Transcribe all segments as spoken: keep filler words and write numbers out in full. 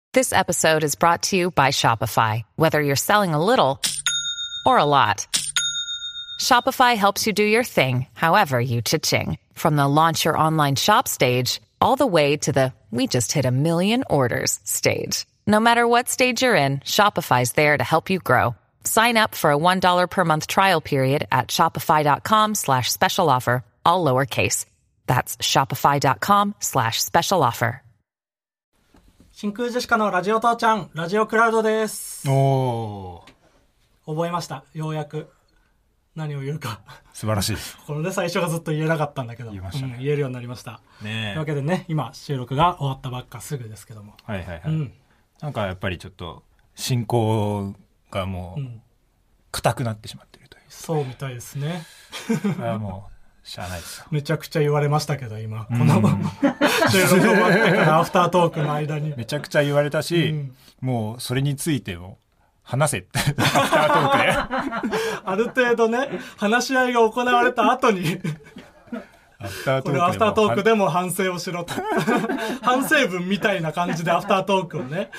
This episode is brought to you by Shopify. Whether you're selling a little or a lot, Shopify helps you do your thing, however you cha-ching. From the launch your online shop stage, all the way to the we just hit a million orders stage. No matter what stage you're in, Shopify's there to help you grow. Sign up for a one dollar per month trial period at shopify.com slash special offer, all lowercase. That's shopify.com slash special offer. 真空ジェシカのラジオ父ちゃん、ラジオクラウドです。 おー。覚えました。ようやく何を言うか。 素晴らしい。 これで最初がずっと言えなかったんだけど、 言いましたね。 うん、言えるようになりました。 ねえ。というわけでね、今収録が終わったばっかすぐですけども。 はいはいはい。 うん、 なんかやっぱりちょっと進行がもう硬くなってしまっているという、うん。 そうみたいですね。 これはもう。しゃあないですよ。 めちゃくちゃ言われましたけど今この収録終わってからアフタートークの間にめちゃくちゃ言われたし、うん、もうそれについても話せってアフタートークである程度ね話し合いが行われた後にアフタートークでもこれアフタートークでも反省をしろと反省文みたいな感じでアフタートークをね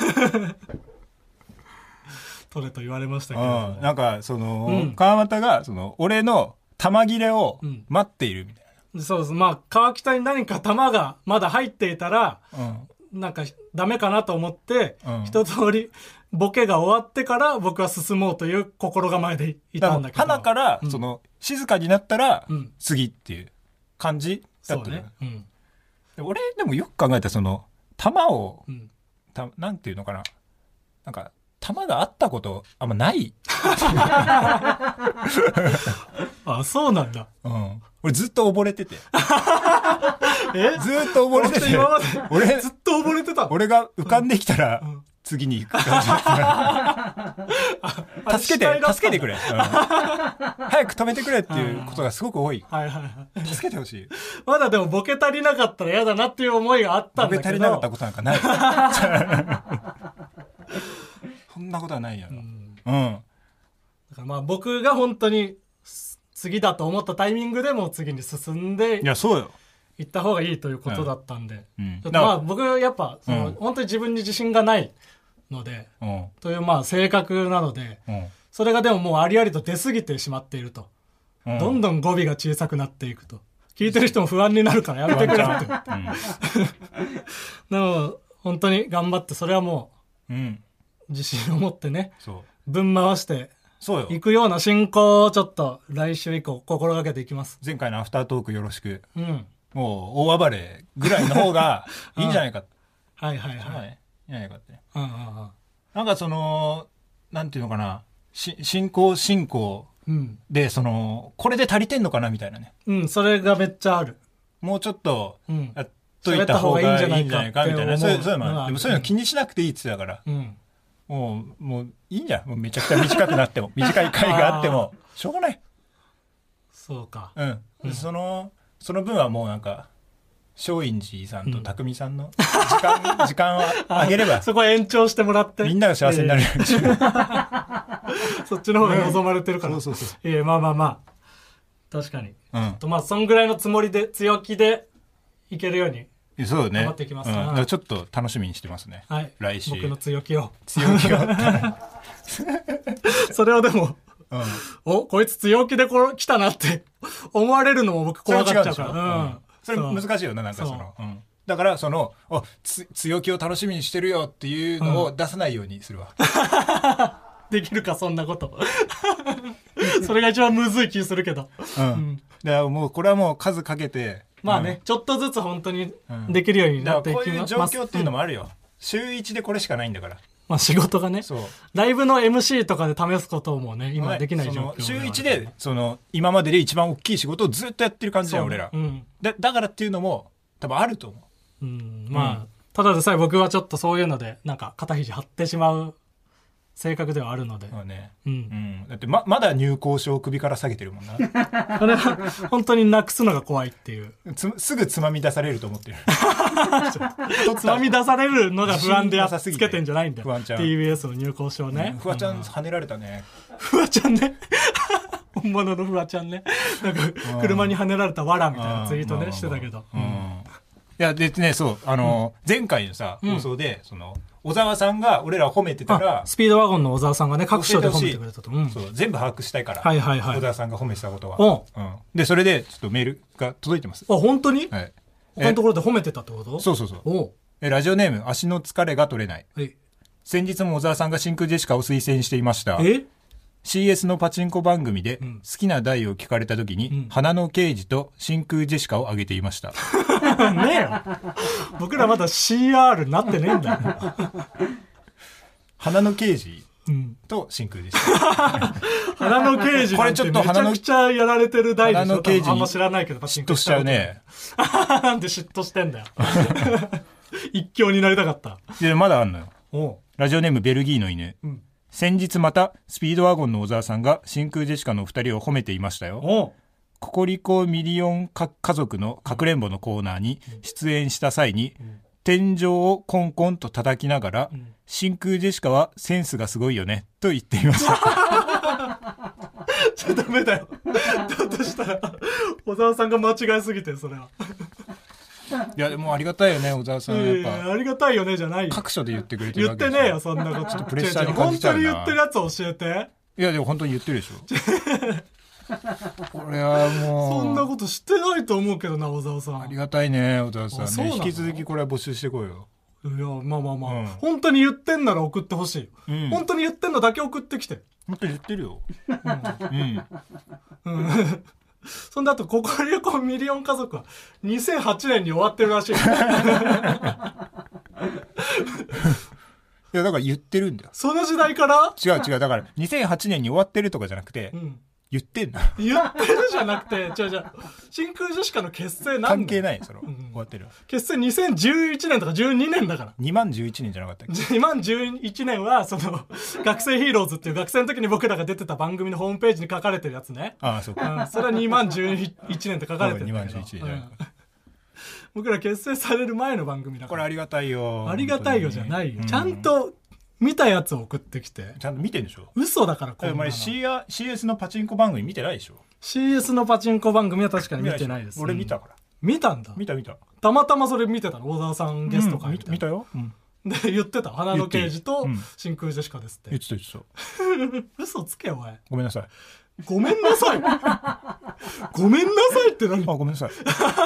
取れと言われましたけど、 うん、なんかその、うん、川又がその俺の玉切れを待っているみたいな、 うん、そうです。まあ川北に何か玉がまだ入っていたら、うん、なんかダメかなと思って、うん、一通りボケが終わってから僕は進もうという心構えでいたんだけど、 花から、うん、その静かになったら、うん、次っていう感じだった、ねうん、で俺でもよく考えたらその玉を、うん、たなんていうのかな、なんか玉があったことあんまないあ、そうなんだ、 うん、俺ずっと溺れててえずっと溺れてて今まで俺ずっと溺れてたの。 俺が浮かんできたら、うん、次に行く感じだった助けて助けてくれ、うん、早く止めてくれっていうことがすごく多い。 はいはいはい、 助けてほしい。 まだでもボケ足りなかったら嫌だなっていう思いがあったんだけど、ボケ足りなかったことなんかないそんなことはないよ、うん、うん、 だからまあ僕が本当に次だと思ったタイミングでも次に進んでいやそうよ行った方がいいということだったんで、 うんうん、 まあ僕やっぱその、うん、本当に自分に自信がないので、うん、というまあ性格なので、うん、それがでももうありありと出過ぎてしまっていると、うん、どんどん語尾が小さくなっていくと、聞いてる人も不安になるからやめてくれって、うん、なので本当に頑張って、それはもう、うん自信を持ってね、そうぶん回していくような進行をちょっと来週以降心がけていきます。 前回のアフタートークよろしく、うん、もう大暴れぐらいの方がいいんじゃないかはいはいはい、 いいんじゃないかって、 うんうんうん、 なんかそのなんていうのかな、し進行進行で、うん、そのこれで足りてんのかなみたいなね、 うん、それがめっちゃある。もうちょっとやっといた方がいいんじゃないかみたいな、そういうそういうの、でもそういうの気にしなくていいって言ってたから、うんもう、もういいんじゃん。もうめちゃくちゃ短くなっても、短い回があっても、しょうがない。 そうか。 うん。うん、その、その分はもうなんか、松陰寺さんと匠さんの時間、うん、時間をあげれば。 そこは延長してもらって。 みんなが幸せになるように。 そっちの方が望まれてるから。 うん、そうそうそう。 ええ、まあまあまあ。確かに。うん。とまあ、そんぐらいのつもりで、強気でいけるように。 そうね。 頑張っていきます、 うん、だからちょっと楽しみにしてますね。 はい。 来週。 僕の強気を。 強気を。 それをでも、うん、お、こいつ強気でこ来たなって思われるのも僕怖がっちゃうから。うん。 それ難しいよな、なんかその。うん。だからその、お、つ強気を楽しみにしてるよっていうのを出さないようにするわ。 できるかそんなこと。それが一番むずい気するけど。 うん。うん、だからもうこれはもう数かけて。 まあね、うん、ちょっとずつ本当にできるようになっていきます。 こういう状況っていうのもあるよ。週一でこれしかないんだから。 まあ仕事がね、そうライブの エムシー とかで試すこともね、今できない状況。 週一でその今までで一番大きい仕事をずっとやってる感じだよ俺ら、うん、だ。だからっていうのも多分あると思う。 うん、まあ、うん、ただでさえ僕はちょっとそういうのでなんか肩肘張ってしまう性格ではあるので、 そうね、うんうん、だって ま, まだ入校証を首から下げてるもんな。 それは本当になくすのが怖いっていう。 つすぐつまみ出されると思ってる。 つまみ出されるのが不安でやつけてんじゃないんだよ。 フワちゃんティービーエス の入校証ね、 うん、フワちゃん跳ねられたね。 フワちゃんね。本物のフワちゃんね。なんか車に跳ねられたわらみたいなツイートね、うん、してたけど、うんうん、 やでねそうあの、うん、前回のさ放送で、その小沢さんが俺らを褒めてたらスピードワゴンの小沢さんがね各所で褒めてくれたと、うん、 そう全部把握したいから、 はいはいはい、 小沢さんが褒めてたことは、うん、でそれでちょっとメールが届いてます。 あ本当に、 はい、 他のところで褒めてたってこと？ そうそうそう。おえラジオネーム足の疲れが取れない。 え先日も小沢さんが真空ジェシカを推薦していました。 えシーエス のパチンコ番組で好きな台を聞かれた時に、うん、花の刑事と真空ジェシカを挙げていました。 ねえよ僕らまだ シーアール になってねえんだよ花の刑事と真空ジェシカ花の刑事なんてめちゃくちゃやられてる台でしょ。 花の刑事あんま知らないけど嫉妬しちゃうねなんで嫉妬してんだよ一強になりたかった。 いやまだあんのよ。おラジオネームベルギーの犬、うん、先日またスピードワゴンの小沢さんが真空ジェシカのお二人を褒めていましたよ。おココリコミリオン家族のかくれんぼのコーナーに出演した際に、うん、天井をコンコンと叩きながら、うん、真空ジェシカはセンスがすごいよねと言っていましたちょっとダメだよだとしたら小沢さんが間違いすぎてそれはいやでもありがたいよね小沢さん。やっぱありがたいよねじゃないよ。 各所で言ってくれてるわけでしょ。言ってねえよそんなこと。ちょっとプレッシャーに感じちゃうな。本当に言ってるやつ教えて。 いやでも本当に言ってるでしょこれはもうそんなことしてないと思うけどな小沢さん。 ありがたいね小沢さんね。引き続きこれは募集してこいよ。 いやまあまあまあ、うん、本当に言ってんなら送ってほしい、うん、本当に言ってんのだけ送ってきて。 本当に言ってるようん、うんそんだとココリコミリオン家族はにせんはちねんに終わってるらしいいやだから言ってるんだよその時代から。 違う違うだからにせんはちねんに終わってるとかじゃなくて、うん、言ってんだ言ってるじゃなくて違う違う真空ジェシカの結成なん関係ないその、うん、終わってる結成にせんじゅういちねんとかじゅうにねんだからにまんじゅういちねんじゃなかったっけ。 にまんじゅういちねんはその学生ヒーローズっていう学生の時に僕らが出てた番組のホームページに書かれてるやつね。 ああそうか、 うん、それはにまんじゅういちねんって書かれてるんだけどにまんじゅういちねんじゃないか、うん、僕ら結成される前の番組だから。 これありがたいよ。 ありがたいよじゃないよ、うん、ちゃんと見たやつを送ってきて。 ちゃんと見てんでしょ。 嘘だからこんなの。 お前 シーエス のパチンコ番組見てないでしょ。 シーエス のパチンコ番組は確かに見てないです。 俺見たから、 うん、見たんだ。 見た見た。 たまたまそれ見てたの小沢さんゲスト会みたいな、 うん、見たよ、うん、 で言ってた花の刑事と真空ジェシカですって言ってた言ってた嘘つけよお前。 ごめんなさいごめんなさいごめんなさいって何。 あごめんなさい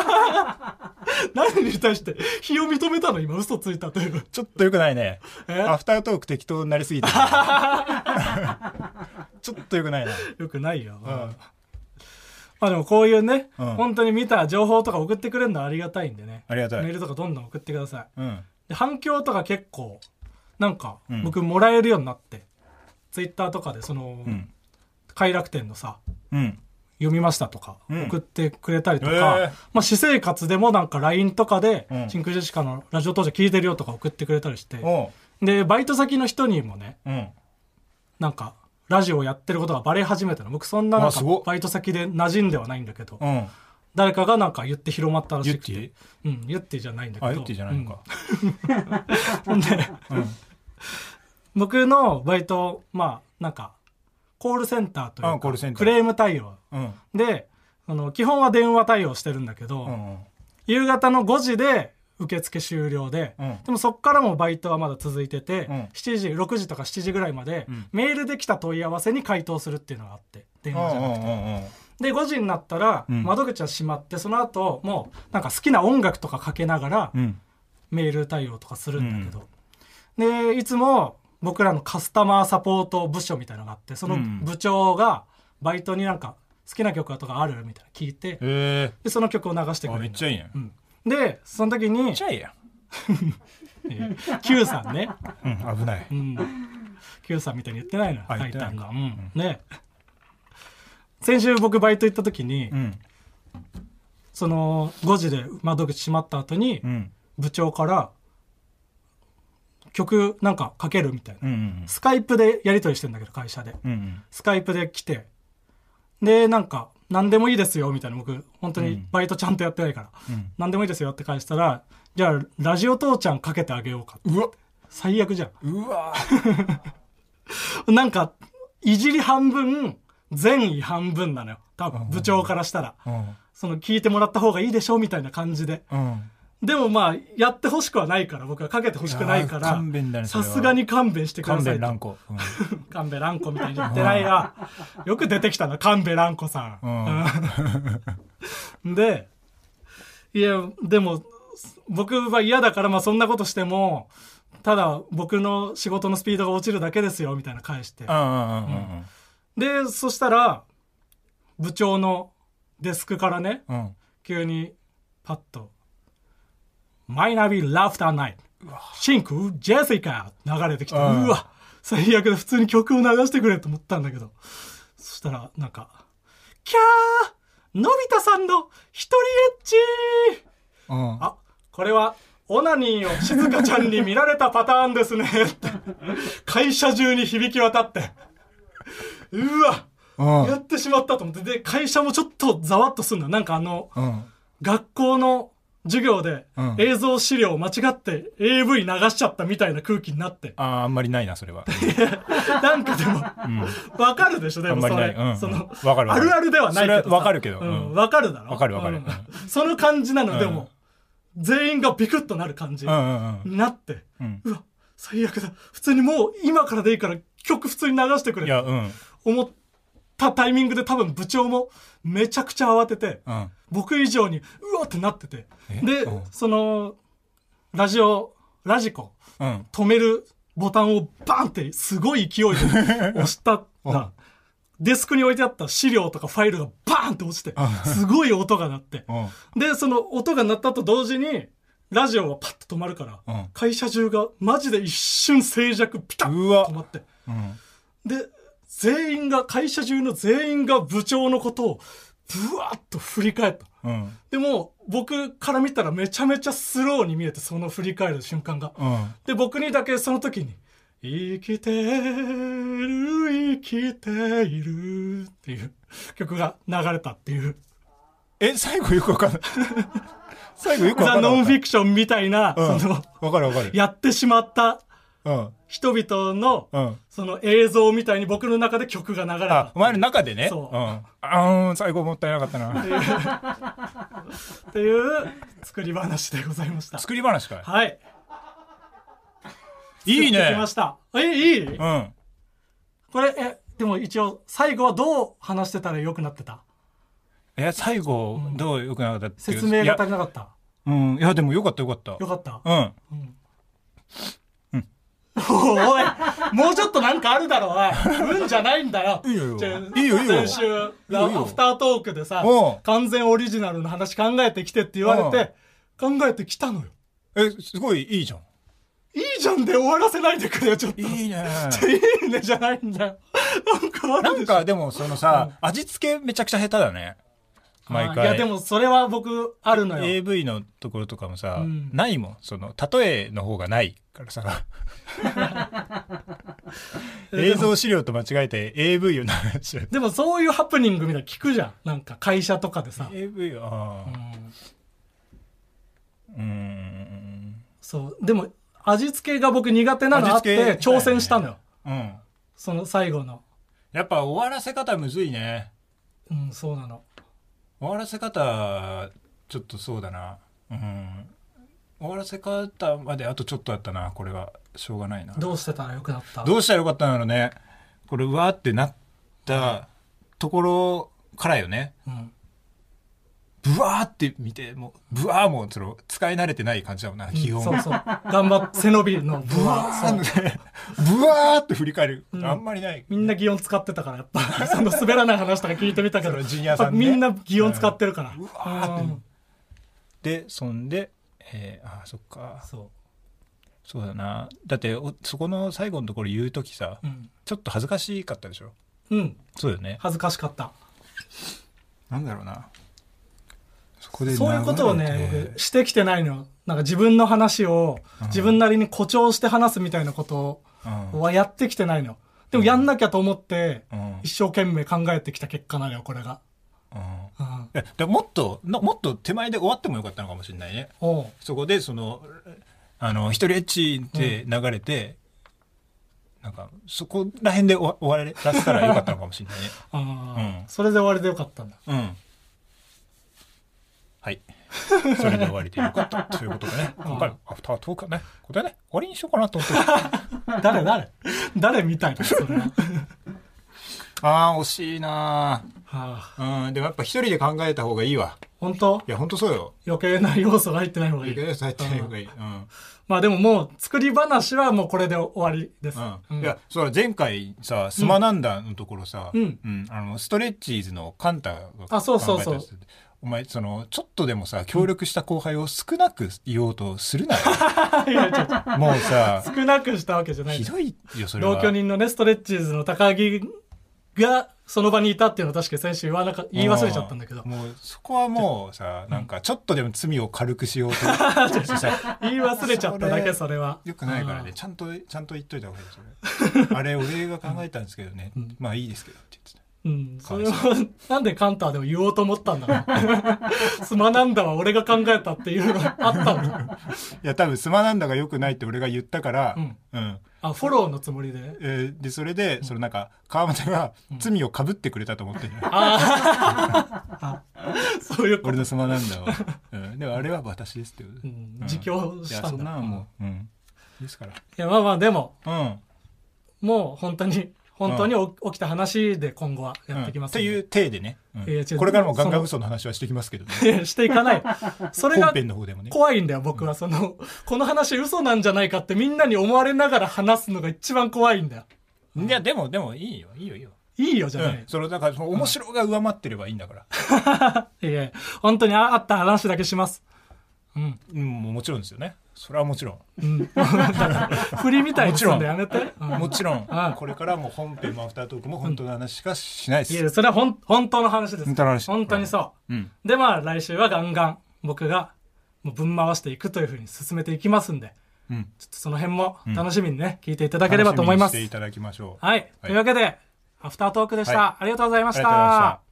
何に対して非を認めたの今。嘘ついたという。 ちょっとよくないね。アフタートーク適当になりすぎてちょっとよくないな。 よくないよ、うん、まあでもこういうね、うん、本当に見た情報とか送ってくれるのはありがたいんでね。 ありがたい。 メールとかどんどん送ってください、 うん、 で反響とか結構なんか僕もらえるようになって、うん、ツイッターとかでその、うん、快楽天のさ、うん、読みましたとか送ってくれたりとか、うんえーまあ、私生活でもなんか ライン とかで、うん、真空ジェシカのラジオ当時聞いてるよとか送ってくれたりして、でバイト先の人にもね、うん、なんかラジオをやってることがバレ始めたの。僕そんななんかバイト先で馴染んではないんだけど、うん、誰かがなんか言って広まったらしくて。ユッティ？うん、ユッティじゃないんだけど。 あ、ユッティじゃないのか。 ほんで、うん、僕のバイトまあなんかコールセンターというかクレーム対応、うん、であの基本は電話対応してるんだけど、うんうん、夕方のごじで受付終了で、うん、でもそっからもバイトはまだ続いてて、うん、しちじろくじとかしちじぐらいまで、うん、メールで来た問い合わせに回答するっていうのがあって、電話じゃなくて、うんうんうんうん、でごじになったら窓口は閉まって、その後もうなんか好きな音楽とかかけながら、うん、メール対応とかするんだけど、うんうん、でいつも僕らのカスタマーサポート部署みたいなのがあって、その部長がバイトになんか好きな曲とかあるみたいな聞いて、でその曲を流してくれる。 めっちゃいいやん、うん、 でその時にめっちゃいいやん Q さんね、 うん、危ない、うん、 Q さんみたいに言ってないのよ、タイタンが、うん、ね。先週僕バイト行った時に、うん、そのごじで窓口閉まった後に、うん、部長から曲なんかかけるみたいな、うんうん、スカイプでやり取りしてんだけど会社で、うんうん、スカイプで来て、でなんか何でもいいですよみたいな、僕本当にバイトちゃんとやってないから、うん、何でもいいですよって返したら、じゃあラジオ父ちゃんかけてあげようかって。 うわ最悪じゃん。 うわなんかいじり半分善意半分なのよ多分、部長からしたら、うん、その聞いてもらった方がいいでしょみたいな感じで、うん、 でもまあやってほしくはないから、僕はかけてほしくないから、さすがに勘弁してくださいと。 勘弁蘭子、 うん、勘弁蘭子みたいに言ってないが、よく出てきたな勘弁蘭子さん、うん、でいやでも僕は嫌だから、まあそんなことしてもただ僕の仕事のスピードが落ちるだけですよみたいな返して、でそしたら部長のデスクからね、うん、急にパッとマイナビラフターナイトシンクジェシカ流れてきて、うわ最悪だ、普通に曲を流してくれと思ったんだけど、そしたらなんかキャーのび太さんの一人エッチ、うん、あこれはオナニーを静香ちゃんに見られたパターンですねって会社中に響き渡って、うわ、うん、やってしまったと思って、で会社もちょっとざわっとすんの、なんかあの、うん、学校の授業で映像資料を間違って エーブイ 流しちゃったみたいな空気になって、 あああんまりないなそれはなんかでも、うん、分かるでしょ、でもそれ、うん、その分かるあるあるではないけどさ、 分かるけど、 うん、分かるだろ、 分かる分かる、うん、 その感じなの、うん、でも全員がビクッとなる感じになって、うんうんうん、うわ最悪だ、普通にもう今からでいいから曲普通に流してくれって思ったタイミングで、多分部長もめちゃくちゃ慌てて、うん、僕以上にうわってなってて、で、うん、そのラジオラジコ、うん、止めるボタンをバンってすごい勢いで押したらデスクに置いてあった資料とかファイルがバーンって落ちて、すごい音が鳴って、でその音が鳴ったと同時にラジオはパッと止まるから、会社中がマジで一瞬静寂ピタッと止まって、で全員が会社中の全員が部長のことをブワーッと振り返った、うん、でも僕から見たらめちゃめちゃスローに見えて、その振り返る瞬間が、うん、で僕にだけその時に生きてる生きているっていう曲が流れたっていう、 え最後よくわかんない最後よくわかんない、 ザ・ノンフィクションみたいな、うん、そのわかるわかる、 やってしまった人々の、うん、その映像みたいに僕の中で曲が流れた。 あ、お前の中でね。そう。うん、あー最後もったいなかったな。 っていう、っていう作り話でございました。 作り話かい。 はい。 いいね。 作ってきました。え、いい？ うん。 これ、え、でも一応、最後はどう話してたらよくなってた？ え、最後、どうよくなかったっていう、 説明が足りなかった。 うん。いや、でもよかったよかった。 よかった。 うん。うんおい、もうちょっとなんかあるだろ、おい。うんじゃないんだよ。 いいよいいよ。いいよいいよ。 先週、アフタートークでさ、完全オリジナルの話考えてきてって言われて、考えてきたのよ。 え、すごいいいじゃん。 いいじゃんで終わらせないでくれよ、ちょっと。 いいね。 いいねじゃないんだよ。なんかあるでしょ。 なんかでもそのさ、うん、味付けめちゃくちゃ下手だね。毎回。 いやでもそれは僕あるのよ。 エーブイ のところとかもさ、うん、ないもん。その例えの方がないからさ。映像資料と間違えて エーブイ を流しちゃう。 でもそういうハプニングみたいな聞くじゃん。なんか会社とかでさ。 エーブイ は、うん。うーん。 そう。でも味付けが僕苦手なのあって挑戦したのよ。 うん。 その最後の。 やっぱ終わらせ方むずいね。 うん、そうなの。 終わらせ方ちょっとそうだな。うん。終わらせ方まであとちょっとだったな。これはしょうがないな。 どうしてたらよくなった？ どうしたらよかったんだろうね。これうわーってなったところからよね。うん。ブワーって見てもうブワーもその使い慣れてない感じだもんな、基本。 そうそう。頑張って背伸びのブワーってブワーって振り返る、うん、あんまりない。 みんな擬音使ってたからやっぱその滑らない話とか聞いてみたけど、 ジュニアさん、ね、 みんな擬音使ってるから。 うん、うわーって。うん、でそんで、えー、あそっか。 そう。 そうだな。だってそこの最後のところ言うときさ、うん、ちょっと恥ずかしかったでしょ。 うん。 そうよね。 恥ずかしかった。 なんだろうな。そこでそういうことをね、僕してきてないの。なんか自分の話を自分なりに誇張して話すみたいなことはやってきてないの。でもやんなきゃと思って一生懸命考えてきた結果なのよ、これが。 うんうん、でもっともっと手前で終わってもよかったのかもしれないね。そこでそのあの一人エッチって流れて、うん、なんかそこら辺で終わらせたらよかったのかもしれないね。 あ、うん、それで終わりでよかったんだ。 うん。はい。 それで終わりでよかったということでね、今回アフタートークはね、これでね、終わりにしようかなと思って誰誰誰みたいな、それは。 ああ、惜しいな、はあ、 うん、でもやっぱ一人で考えた方がいいわ。 本当？ いや、本当そうよ。 余計な要素が入ってない方がいい。 余計な要素入ってない方がいい。うん。 まあでももう、作り話はもうこれで終わりです。 うん。いや、そう、前回さ、スマナンダのところさ、 うん。 うん。あの、ストレッチーズのカンタが考えたやつ。 あ、そうそうそう。 お前、その、ちょっとでもさ、協力した後輩を少なく言おうとするなよ。 いや、ちょっと。 もうさ、 少なくしたわけじゃない。 ひどいよ、それは。 同居人のね、ストレッチーズの高木が、その場にいたっていうのを確か先週言わなか言い忘れちゃったんだけど、 もうそこはもうさ、なんかちょっとでも罪を軽くしようと言い忘れちゃっただけ、それはよくないからね、ちゃんとちゃんと言っといた方がいいですよね。あれ俺が考えたんですけどね、うん、まあいいですけどって言ってた。 うん、それはなんでカンターでも言おうと思ったんだろう。スマナンダは俺が考えたっていうのがあったんだ。 いや多分スマナンダが良くないって俺が言ったから、 うんうん、 あ、フォローのつもりで、 えー、でそれで、うん、そのなんか川又が罪をかぶってくれたと思ってる、うん、 あそういうこと。 俺のスマナンダは、うん、でもあれは私ですってこと、うん、 自供したんだ。いやそんなのもう、うん、ですから。いやまあまあでも、 うん、 もう本当に本当に起きた話で今後はやっていきます、 うん、っていう体でね、うん、 いやこれからもガンガン嘘の話はしていきますけどね。 していかない。それが怖いんだよ、僕は。その、この話嘘なんじゃないかってみんなに思われながら話すのが一番怖いんだよ。 いや、でも、でもいいよ、いいよ、いいよ。 いいよじゃない。うん、 その、だから、その面白が上回ってればいいんだから。 いや、本当にあった話だけします。うん。 うん、もちろんですよね。それはもちろん。 うん。振りみたいにするのやめて。 うん、もちろん。うん、これからも本編もアフタートークも本当の話しかしないです。 いや、それはほん本当の話です。 本当の話。 本当にそう。 うん、 で、まあ、来週はガンガン僕がもうぶん回していくというふうに進めていきますんで、うん、ちょっとその辺も楽しみにね、うん、聞いていただければと思います。 楽しみにしていただきましょう。 はい。はい、というわけで、アフタートークでした。はい、ありがとうございました。 ありがとうございました。